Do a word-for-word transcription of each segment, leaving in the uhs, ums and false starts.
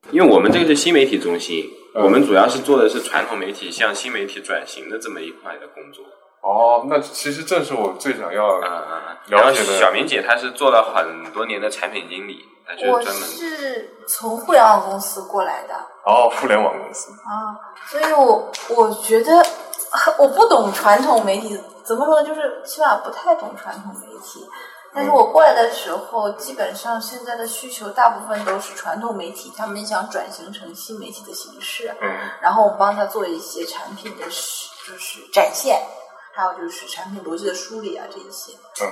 因为我们这个是新媒体中心，嗯、我们主要是做的是传统媒体向新媒体转型的这么一块的工作。 哦，那其实正是我最想要了解的。 啊、然后小明姐她是做了很多年的产品经理，她就是专门。 我是从互联网公司过来的。 哦，互联网公司。 啊，所以我我觉得我不懂传统媒体，怎么说呢？就是起码不太懂传统媒体。但是我过来的时候，基本上现在的需求大部分都是传统媒体，他们想转型成新媒体的形式， 嗯， 然后我们帮他做一些产品的就是展现。还有就是产品逻辑的梳理啊，这一些。 嗯，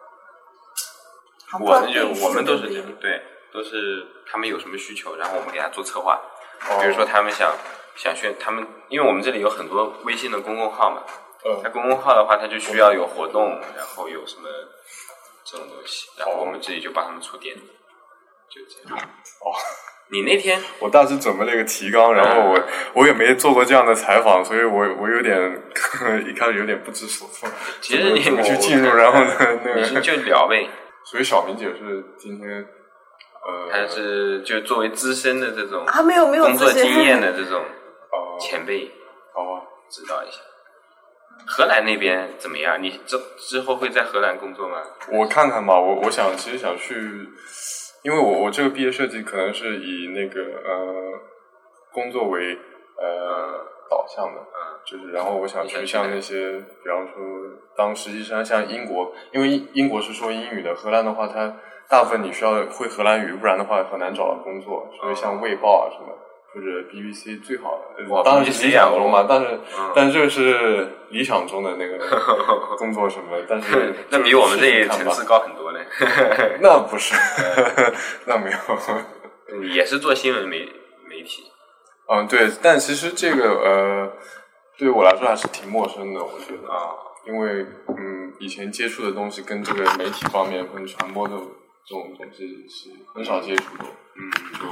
我们就我们都是这样，对，都是他们有什么需求，然后我们给他做策划。哦、比如说他们想想宣，他们因为我们这里有很多微信的公众号嘛， 嗯， 那公众号的话，它就需要有活动，然后有什么这种东西，然后我们自己就帮他们出点，就这样。 哦。 你那天我当时准备了一个提纲，然后我、嗯、我也没做过这样的采访，所以我我有点一开始有点不知所措。 其实你怎么去进入，然后呢，那个你就聊呗。 所以小明姐是今天呃， 她是就作为资深的这种啊，没有没有工作经验的这种前辈哦， 指导一下。荷兰那边怎么样？你之之后会在荷兰工作吗？ 我看看吧，我我想其实想去。因为我我这个毕业设计可能是以那个呃工作为呃导向的， 嗯， 就是然后我想去像那些，比方说当实习生，像英国，因为英国是说英语的，荷兰的话它大部分你需要会荷兰语，不然的话很难找到工作，所以像卫报啊什么或者 B B C 最好的，当然是理想中嘛，但是、嗯、但是这个是理想中的那个工作什么，但是那比我们这里层次高很多嘞。 那不是，那没有， 也是做新闻媒媒体。 嗯，对，但其实这个呃，对我来说还是挺陌生的，我觉得啊，因为嗯，以前接触的东西跟这个媒体方面跟传播的这种东西是很少接触的，嗯，就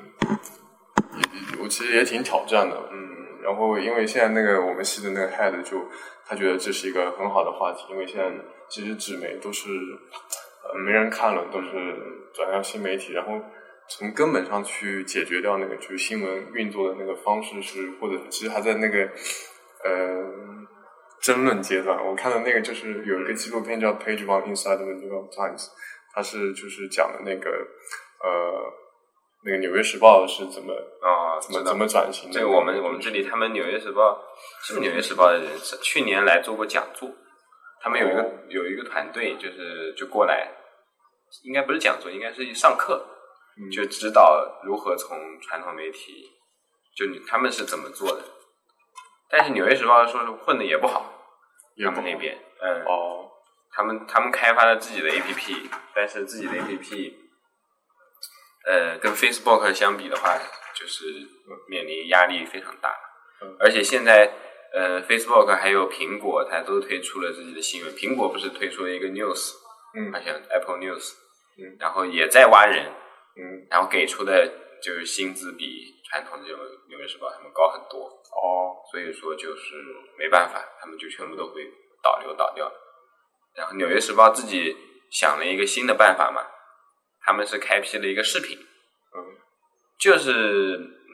挺，我其实也挺挑战的，嗯，然后因为现在那个我们系的那个 head 就他觉得这是一个很好的话题，因为现在其实纸媒都是。呃，没人看了，都是转向新媒体，然后从根本上去解决掉那个就是新闻运作的那个方式是，或者其实还在那个呃争论阶段。我看的那个就是有一个纪录片叫《Page One Inside the New York Times》，它是就是讲的那个呃那个《纽约时报》是怎么啊、哦、 怎么怎么转型的。 这个我们我们这里他们《纽约时报》是不是《纽约时报》的人是去年来做过讲座。他们有一个、哦、有一个团队，就是就过来，应该不是讲座，应该是上课，嗯、就指导如何从传统媒体，就你他们是怎么做的。但是《纽约时报》说是混的也不好，他们那边，嗯， 哦， 他们他们开发了自己的 A P P， 但是自己的 A P P， 呃，跟 Facebook 相比的话，就是面临压力非常大， 嗯、 而且现在。呃 ，Facebook 还有苹果，它都推出了自己的新闻。苹果不是推出了一个 News， 嗯， 好像 Apple News， 嗯， 然后也在挖人， 嗯， 然后给出的就是薪资比传统的这种纽约时报他们高很多。 哦， 所以说就是没办法，他们就全部都会导流导掉。然后纽约时报自己想了一个新的办法嘛，他们是开辟了一个视频， 嗯， 就是嗯，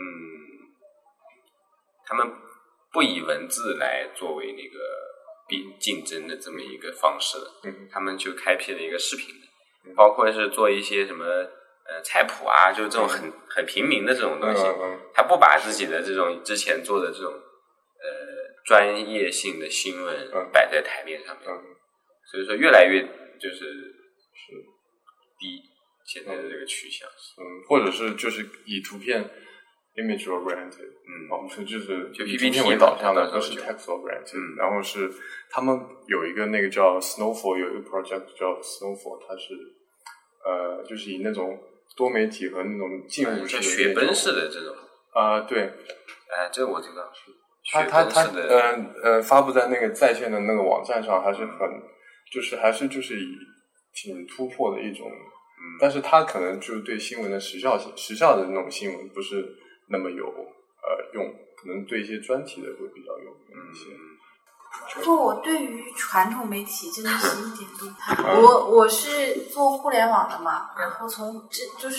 他们。不以文字来作为那个比竞争的这么一个方式的， 嗯， 他们就开辟了一个视频的，嗯、包括是做一些什么呃菜谱啊，就是这种很很平民的这种东西， 嗯嗯、 他不把自己的这种之前做的这种呃专业性的新闻摆在台面上面， 嗯、 所以说越来越就是是低现在的这个趋向， 嗯，或者是就是以图片。image oriented， 嗯， 我们说就是就以图片为导向的，不是 text oriented， 嗯， 然后是他们有一个那个叫 Snowfall， 有一个 project 叫 Snowfall， 它是呃，就是以那种多媒体和那种静物式的、 嗯、雪崩式的这种啊、呃，对， 哎，这个我知道是， 它它它呃呃发布在那个在线的那个网站上，还是很就是还是就是以挺突破的一种， 嗯， 但是它可能就是对新闻的时效性、时效的那种新闻不是。那么有呃用，可能对一些专题的会比较有用一些。 不过我对于传统媒体真的是一点都不，我我是做互联网的嘛，然后从这就是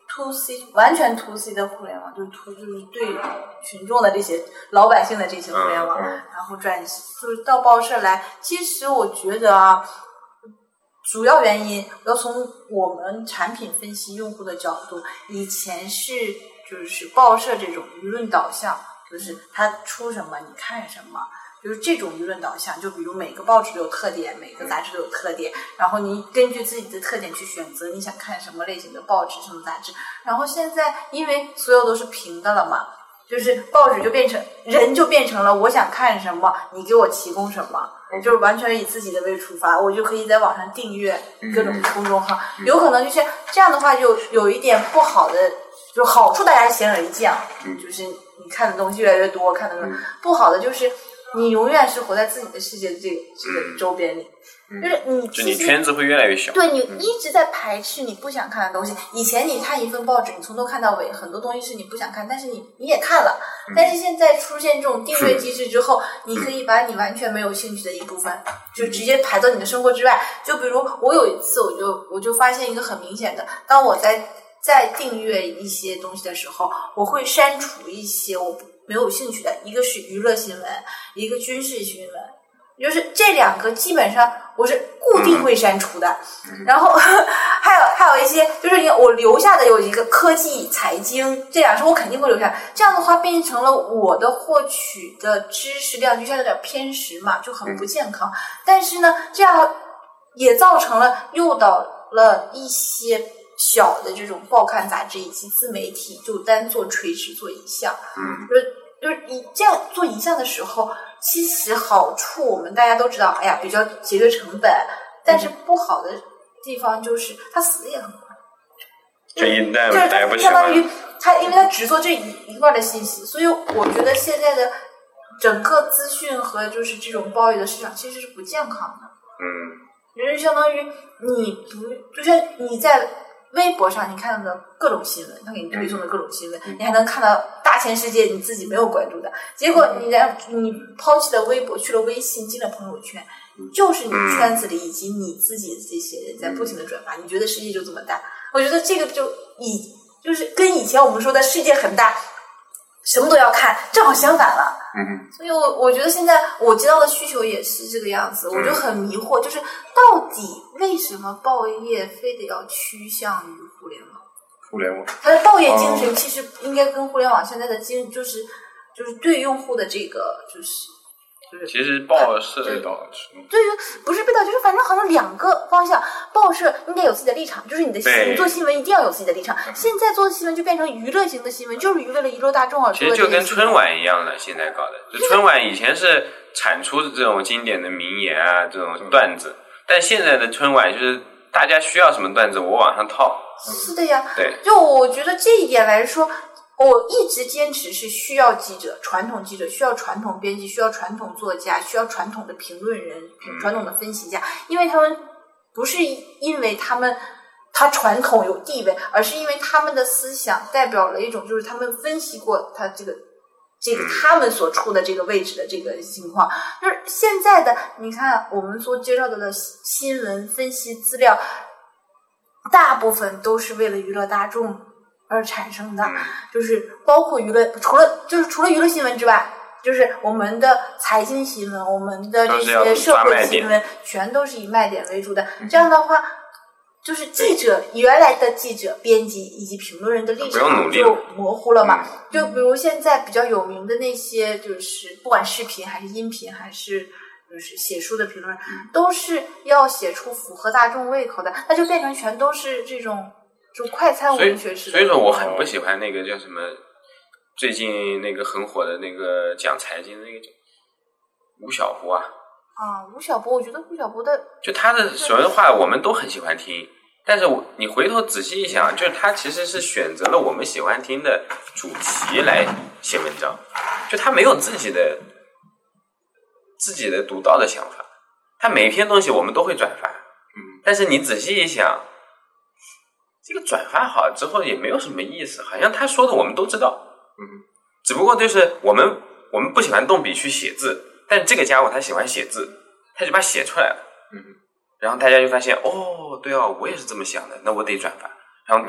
to C 完全 to C 的互联网，就是 to 就是对群众的这些老百姓的这些互联网， 嗯嗯、 然后转就是到报社来。其实我觉得啊，主要原因要从我们产品分析用户的角度，以前是就是报社这种舆论导向，就是它出什么你看什么。就是这种舆论导向，就比如每个报纸都有特点，每个杂志都有特点，然后你根据自己的特点去选择你想看什么类型的报纸、什么杂志。然后现在因为所有都是平的了嘛，就是报纸就变成人就变成了我想看什么，你给我提供什么，就是完全以自己的为出发，我就可以在网上订阅各种公众号。有可能就是这样的话，就有一点不好的，就好处大家显而易见，就是你看的东西越来越多，看的东西不好的就是你永远是活在自己的世界的这个这个周边里，嗯、就是你就你圈子会越来越小。 对，你一直在排斥你不想看的东西。以前你看一份报纸，你从头看到尾，很多东西是你不想看，但是你你也看了。但是现在出现这种订阅机制之后，你可以把你完全没有兴趣的一部分，就直接排到你的生活之外。就比如我有一次，我就我就发现一个很明显的，当我在在订阅一些东西的时候，我会删除一些我不。没有兴趣的，一个是娱乐新闻，一个军事新闻，就是这两个基本上我是固定会删除的。嗯、然后还有还有一些就是我留下的有一个科技、财经，这两是我肯定会留下。这样的话变成了我的获取的知识量就像有点偏食嘛，就很不健康。但是呢，这样也造成了诱导了一些小的这种报刊杂志以及自媒体就单做垂直做影像， 嗯， 就是就是你这样做影像的时候，其实好处我们大家都知道，哎呀，比较节约成本，但是不好的地方就是它死也很快， 就一旦就是大家不喜相当于欢， 它因为它只做这一一块的信息，所以我觉得现在的整个资讯和就是这种报业的市场其实是不健康的， 嗯， 就是相当于你不就像你在微博上你看到的各种新闻，他给你推送的各种新闻， 嗯、 你还能看到大千世界你自己没有关注的。结果你在你抛弃了微博，去了微信，进了朋友圈，就是你圈子里以及你自己的这些人在不停的转发，你觉得世界就这么大？我觉得这个就以就是跟以前我们说的世界很大，什么都要看，正好相反了。 嗯， 所以我我觉得现在我接到的需求也是这个样子，我就很迷惑，就是到底为什么报业非得要趋向于互联网？ 互联网， 它的报业精神其实应该跟互联网现在的精就是就是对用户的这个就是就是其实报社对的， 对于不是背道，就是反正好像两个方向，报社应该有自己的立场，就是你的你做新闻一定要有自己的立场。现在做的新闻就变成娱乐型的新闻，就是娱乐了娱乐大众而做的。 其实就跟春晚一样的，现在搞的。就春晚以前是产出的这种经典的名言啊，这种段子，但现在的春晚就是大家需要什么段子，我往上套。 是的呀， 对， 就我觉得这一点来说，我一直坚持是需要记者，传统记者需要传统编辑，需要传统作家，需要传统的评论人、 嗯、 传统的分析家，因为他们不是因为他们他传统有地位，而是因为他们的思想代表了一种就是他们分析过他这个这个他们所处的这个位置的这个情况。就是现在的你看我们所接受到的新闻分析资料，大部分都是为了娱乐大众而产生的，就是包括娱乐，除了就是除了娱乐新闻之外，就是我们的财经新闻，我们的这些社会新闻，全都是以卖点为主的。这样的话，就是记者原来的记者、编辑以及评论人的立场就模糊了嘛。就比如现在比较有名的那些，就是不管视频还是音频还是。就是写书的评论都是要写出符合大众胃口的，那就变成全都是这种就快餐文学式的。 所以说我很不喜欢那个叫什么，最近那个很火的那个讲财经的那个吴晓波啊。 啊，吴晓波，我觉得吴晓波的就他的所有的话我们都很喜欢听，但是你回头仔细一想，就是他其实是选择了我们喜欢听的主题来写文章，就他没有自己的。自己的独到的想法，他每一篇东西我们都会转发，嗯，但是你仔细一想，这个转发好之后也没有什么意思，好像他说的我们都知道，嗯，只不过就是我们我们不喜欢动笔去写字，但是这个家伙他喜欢写字，他就把它写出来了，嗯，然后大家就发现哦，对哦，我也是这么想的，那我得转发，然后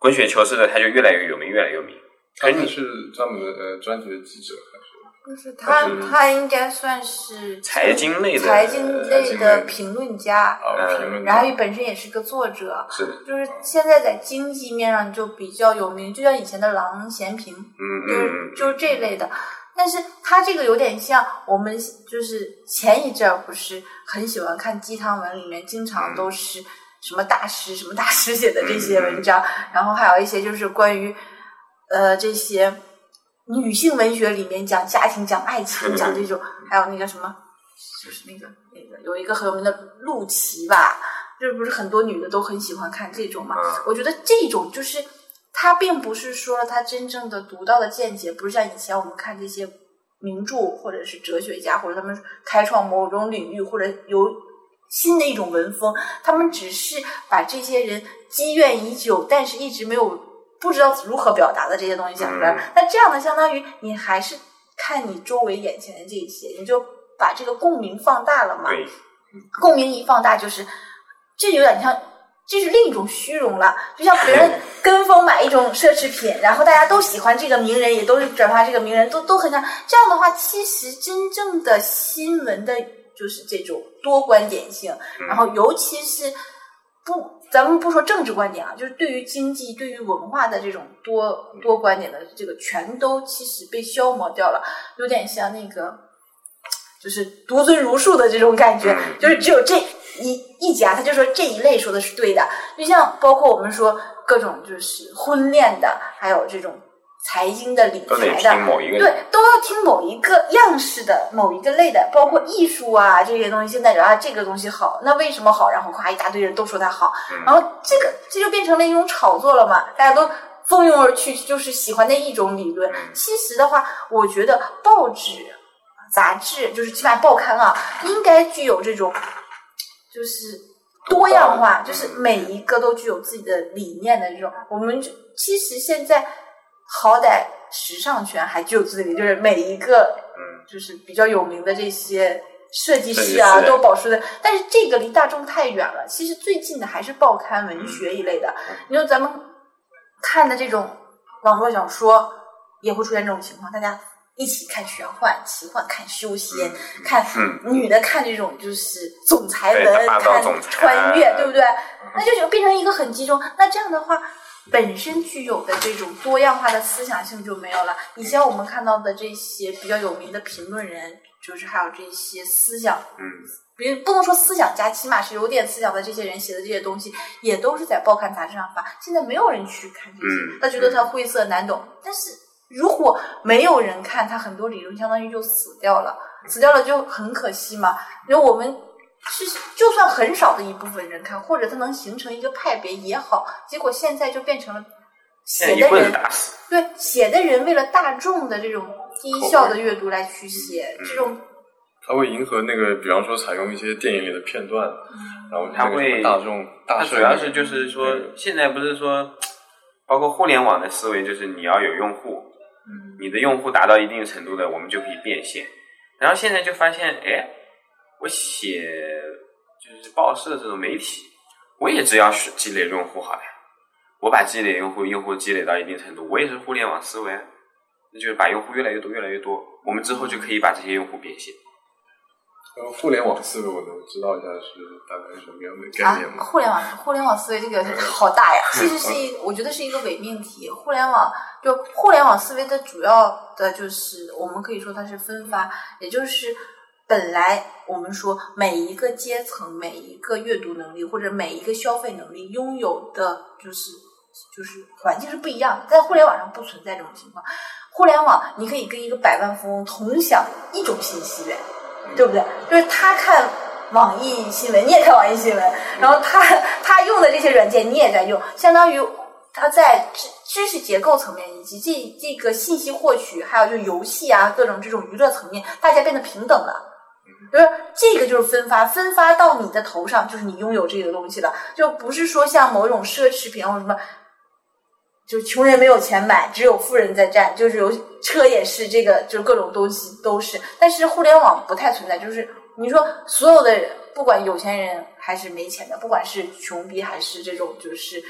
滚雪球似的，他就越来越有名，越来越有名。 他是专门的呃专辑的记者还是？ 就是他，他应该算是财经类的财经类的评论家， 呃、评论然后本身也是个作者， 是的， 就是现在在经济面上就比较有名，就像以前的郎咸平， 嗯就是就是这类的。但是他这个有点像我们，就是前一阵儿不是很喜欢看鸡汤文，里面经常都是什么大师、什么大师写的这些文章，然后还有一些就是关于呃这些。女性文学里面讲家庭、讲爱情、讲这种，还有那个什么，就是那个那个有一个很有名的陆琪吧，这不是很多女的都很喜欢看这种嘛？我觉得这种就是他并不是说了他真正的独到的见解，不是像以前我们看这些名著或者是哲学家或者他们开创某种领域或者有新的一种文风，他们只是把这些人积怨已久，但是一直没有。不知道如何表达的这些东西讲出来，嗯、那这样的相当于你还是看你周围眼前的这些，你就把这个共鸣放大了嘛。 对， 共鸣一放大，就是这有点像，这是另一种虚荣了。就像别人跟风买一种奢侈品，然后大家都喜欢这个名人，也都是转发这个名人，都都很像。这样的话，其实真正的新闻的就是这种多观点性，然后尤其是不。咱们不说政治观点啊，就是对于经济、对于文化的这种多多观点的这个，全都其实被消磨掉了，有点像那个，就是独尊儒术的这种感觉，就是只有这一一家，他就说这一类说的是对的，就像包括我们说各种就是婚恋的，还有这种财经的、理财的，对，都要听某一个样式的、某一个类的，包括艺术啊这些东西。现在啊，这个东西好，那为什么好？然后夸一大堆人都说它好，然后这个这就变成了一种炒作了嘛，大家都蜂拥而去，就是喜欢那一种理论。其实的话，我觉得报纸、杂志，就是起码报刊啊，应该具有这种就是多样化，就是每一个都具有自己的理念的这种。我们其实现在。好歹时尚圈还具有自己，就是每一个就是比较有名的这些设计师啊都保持的，但是这个离大众太远了。其实最近的还是报刊文学一类的。你说咱们看的这种网络小说也会出现这种情况，大家一起看玄幻、奇幻，看修仙，看女的看这种就是总裁文，看穿越，对不对？那就变成一个很集中。那这样的话。本身具有的这种多样化的思想性就没有了。以前我们看到的这些比较有名的评论人，就是还有这些思想， 嗯， 比如不能说思想家，起码是有点思想的这些人写的这些东西，也都是在报刊杂志上发。现在没有人去看这些，他觉得他晦涩难懂。但是如果没有人看，他很多理论相当于就死掉了，死掉了就很可惜嘛。因为我们。是，就算很少的一部分人看，或者它能形成一个派别也好，结果现在就变成了写的人，对写的人为了大众的这种低效的阅读来去写、嗯、这种， 他会迎合那个，比方说采用一些电影里的片段，嗯、然后他会大众，大他主要是就是说，现在不是说，包括互联网的思维，就是你要有用户， 嗯， 你的用户达到一定程度的，我们就可以变现。然后现在就发现，哎。我写就是报社这种媒体，我也只要积累用户好了。我把积累用户，用户积累到一定程度，我也是互联网思维，那就是把用户越来越多，越来越多，我们之后就可以把这些用户变现。 呃，互联网思维我能知道一下是大概什么样的概念吗？ 啊、互联网互联网思维这个好大呀，其实是一，我觉得是一个伪命题。互联网就互联网思维的主要的就是我们可以说它是分发，也就是。本来我们说每一个阶层、每一个阅读能力或者每一个消费能力拥有的就是就是环境是不一样的，在互联网上不存在这种情况。互联网你可以跟一个百万富翁同享一种信息源，对不对？就是他看网易新闻，你也看网易新闻，然后他他用的这些软件你也在用，相当于他在知知识结构层面以及这这个信息获取，还有就是游戏啊各种这种娱乐层面，大家变得平等了。就是这个就是分发，分发到你的头上，就是你拥有这个东西了，就不是说像某种奢侈品或者什么，就穷人没有钱买，只有富人在占，就是有车也是这个，就是各种东西都是。但是互联网不太存在，就是你说所有的人，不管有钱人还是没钱的，不管是穷逼还是这种就是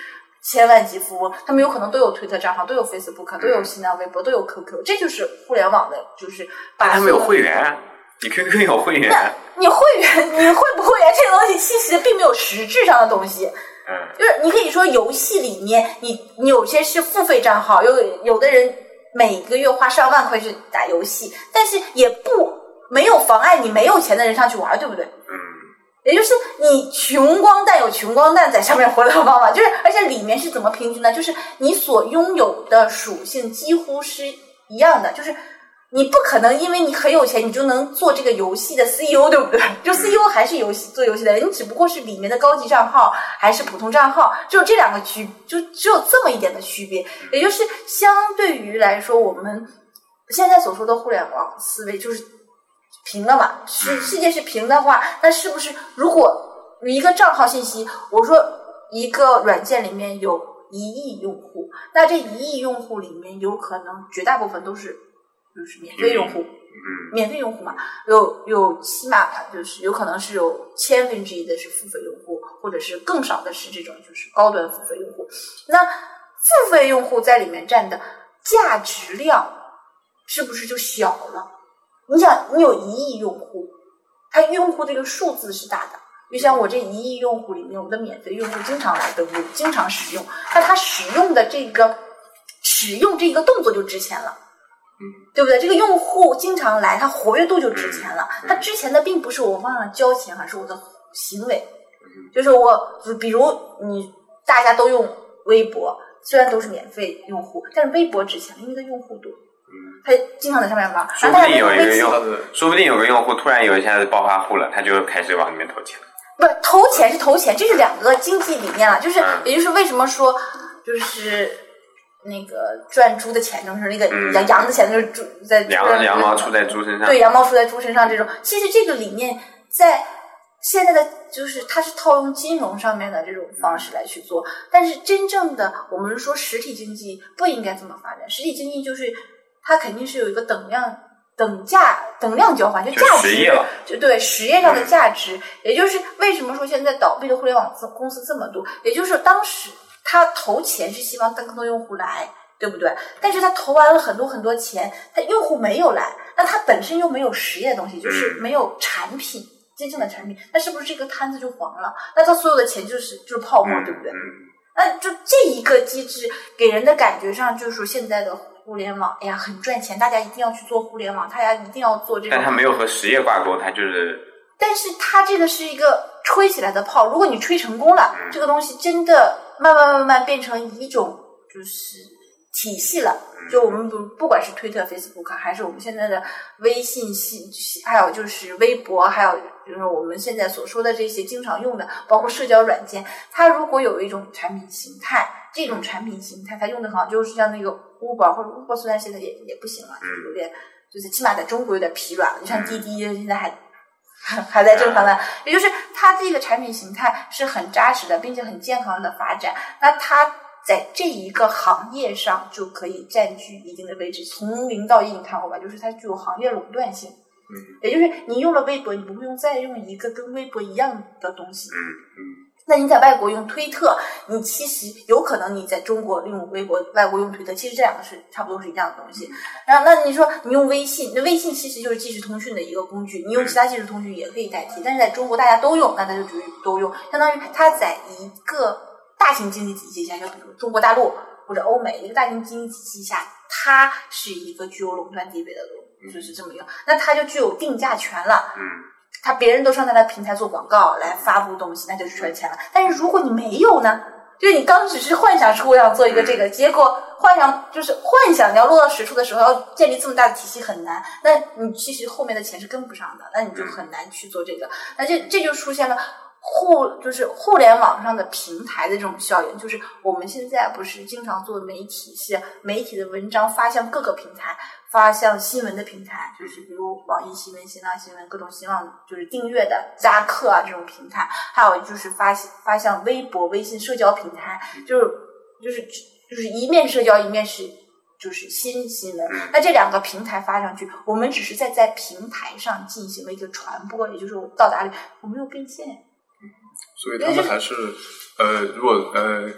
千万级富翁，他们有可能都有推特账号，都有 Facebook， 都有新浪微博，都有 Q Q， 这就是互联网的，就是把他们有会员，你 Q Q 有会员， 你会员，你会不会员这个东西其实并没有实质上的东西。 嗯， 就是你可以说游戏里面，你你有些是付费账号，有有的人每个月花上万块去打游戏，但是也不没有妨碍你没有钱的人上去玩，对不对？ 嗯， 也就是你穷光蛋有穷光蛋在上面活的方法，就是而且里面是怎么平均呢？就是你所拥有的属性几乎是一样的，就是你不可能因为你很有钱你就能做这个游戏的 C E O， 对不对？就 C E O 还是游戏做游戏的人，你只不过是里面的高级账号还是普通账号，只有这两个区，就只有这么一点的区别。也就是相对于来说，我们现在所说的互联网思维就是平了嘛，世世界是平的话，那是不是如果一个账号信息，我说一个软件里面有一亿用户，那这一亿用户里面有可能绝大部分都是就是免费用户， 嗯， 免费用户嘛，有有起码就是有可能是有千分之一的是付费用户，或者是更少的是这种就是高端付费用户。那付费用户在里面占的价值量是不是就小了？你想，你有一亿用户，它用户这个数字是大的。就像我这一亿用户里面，我的免费用户经常来登录，经常使用，那他使用的这个使用这个动作就值钱了。对不对？这个用户经常来，他活跃度就值钱了。他之前的并不是我忘了交钱，而是我的行为。就是我，比如你大家都用微博，虽然都是免费用户，但是微博值钱，因为它用户多。他经常在上面玩。 说不定有一个用户，说不定有个用户突然有一下子暴发户了，他就开始往里面投钱。 不，投钱是投钱，这是两个经济理念了。就是，嗯、也就是为什么说，就是那个赚猪的钱，就是那个羊、嗯、羊的钱，就是猪在羊羊毛出在猪身上。 对，羊毛出在猪身上这种，其实这个理念在现在的就是它是套用金融上面的这种方式来去做，但是真正的我们说实体经济不应该这么发展，实体经济就是它肯定是有一个等量。等价等量交换，就价值，就对实业上的价值，嗯、也就是为什么说现在倒闭的互联网公司这么多，也就是当时他投钱是希望更多用户来，对不对？但是他投完了很多很多钱，他用户没有来，那他本身又没有实业的东西，就是没有产品，真正的产品，那是不是这个摊子就黄了？那他所有的钱就是就是泡沫，对不对？那就这一个机制给人的感觉上，就是说现在的互联网，哎呀，很赚钱，大家一定要去做互联网，大家一定要做这种。 但它没有和实业挂钩，它就是。 但是它这个是一个吹起来的炮，如果你吹成功了，嗯、这个东西真的慢慢慢慢变成一种就是体系了。就我们不不管是推特、Facebook， 还是我们现在的微信系，还有就是微博，还有就是我们现在所说的这些经常用的，包括社交软件，它如果有一种产品形态，这种产品形态它用的好，就是像那个 Uber 或者 Uber 虽然现在也也不行了，就是有点就是起码在中国有点疲软了，就像滴滴现在还还在正常的，也就是它这个产品形态是很扎实的，并且很健康的发展，那它在这一个行业上就可以占据一定的位置，从零到一你看过吧，就是它具有行业垄断性。嗯，也就是你用了微博，你不会用再用一个跟微博一样的东西。 嗯嗯。 那你在外国用推特，你其实有可能你在中国用微博，外国用推特，其实这两个是差不多是一样的东西。然后，那你说你用微信，那微信其实就是即时通讯的一个工具，你用其他即时通讯也可以代替，但是在中国大家都用，那它就属于都用，相当于它在一个大型经济体系下，就比如中国大陆或者欧美一个大型经济体系下，它是一个具有垄断地位的东西，就是这么用，那它就具有定价权了。 嗯。 他别人都上他的平台做广告来发布东西，那就是赚钱了。但是如果你没有呢？就是你刚只是幻想出我想做一个这个，结果幻想就是幻想你要落到实处的时候，要建立这么大的体系很难。那你其实后面的钱是跟不上的，那你就很难去做这个。那这这就出现了互就是互联网上的平台的这种效应，就是我们现在不是经常做媒体，是媒体的文章发向各个平台。发向新闻的平台，就是比如网易新闻、新浪新闻、各种新浪就是订阅的扎克啊这种平台，还有就是发发向微博、微信社交平台，就是就是就是一面社交，一面是就是新新闻。那这两个平台发上去，我们只是在在平台上进行了一个传播，也就是到达率，我没有变现。 所以他们还是呃，如果呃。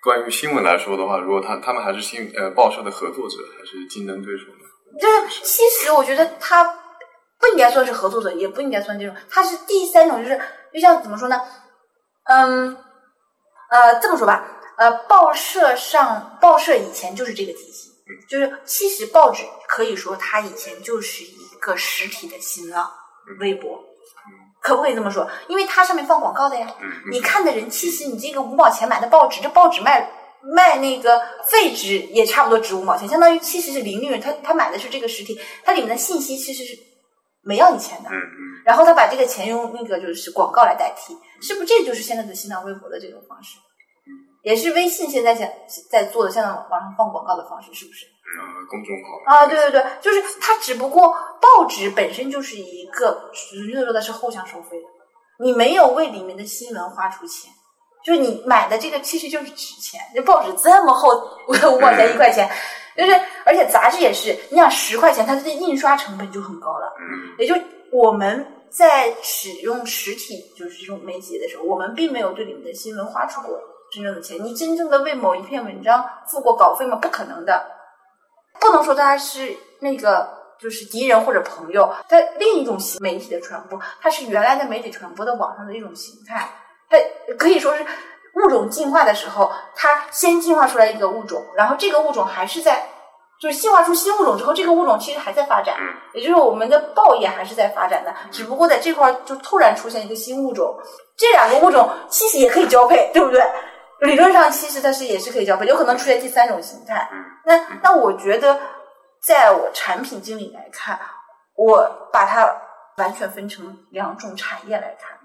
关于新闻来说的话，如果他他们还是新呃报社的合作者，还是竞争对手呢？ 就是其实我觉得他不应该算是合作者，也不应该算这种，他是第三种，就是就像怎么说呢？嗯呃，这么说吧，呃，报社上报社以前就是这个体系，就是其实报纸可以说它以前就是一个实体的新浪微博。可不可以这么说？因为它上面放广告的呀，你看的人其实你这个五毛钱买的报纸，这报纸卖卖那个废纸也差不多值五毛钱，相当于其实是零利润。他他买的是这个实体，它里面的信息其实是没要你钱的，然后他把这个钱用那个就是广告来代替，是不是这就是现在的新浪微博的这种方式？也是微信现在在在做的，现在网上放广告的方式，是不是？ 呃，公众号啊，对对对，就是它只不过报纸本身就是一个准确的说它是后向收费的，你没有为里面的新闻花出钱，就是你买的这个其实就是纸钱，这报纸这么厚，五毛钱一块钱，就是而且杂志也是，你想十块钱，它的印刷成本就很高了，也就我们在使用实体就是这种媒介的时候，我们并没有对里面的新闻花出过真正的钱，你真正的为某一篇文章付过稿费吗？不可能的。不能说他是那个就是敌人或者朋友，它另一种媒体的传播，它是原来的媒体传播的网上的一种形态，它可以说是物种进化的时候，它先进化出来一个物种，然后这个物种还是在就是进化出新物种之后，这个物种其实还在发展，也就是我们的报业还是在发展的，只不过在这块就突然出现一个新物种，这两个物种其实也可以交配，对不对？理论上其实它是也是可以交配，有可能出现第三种形态。那那我觉得在我产品经理来看，我把它完全分成两种产业来看。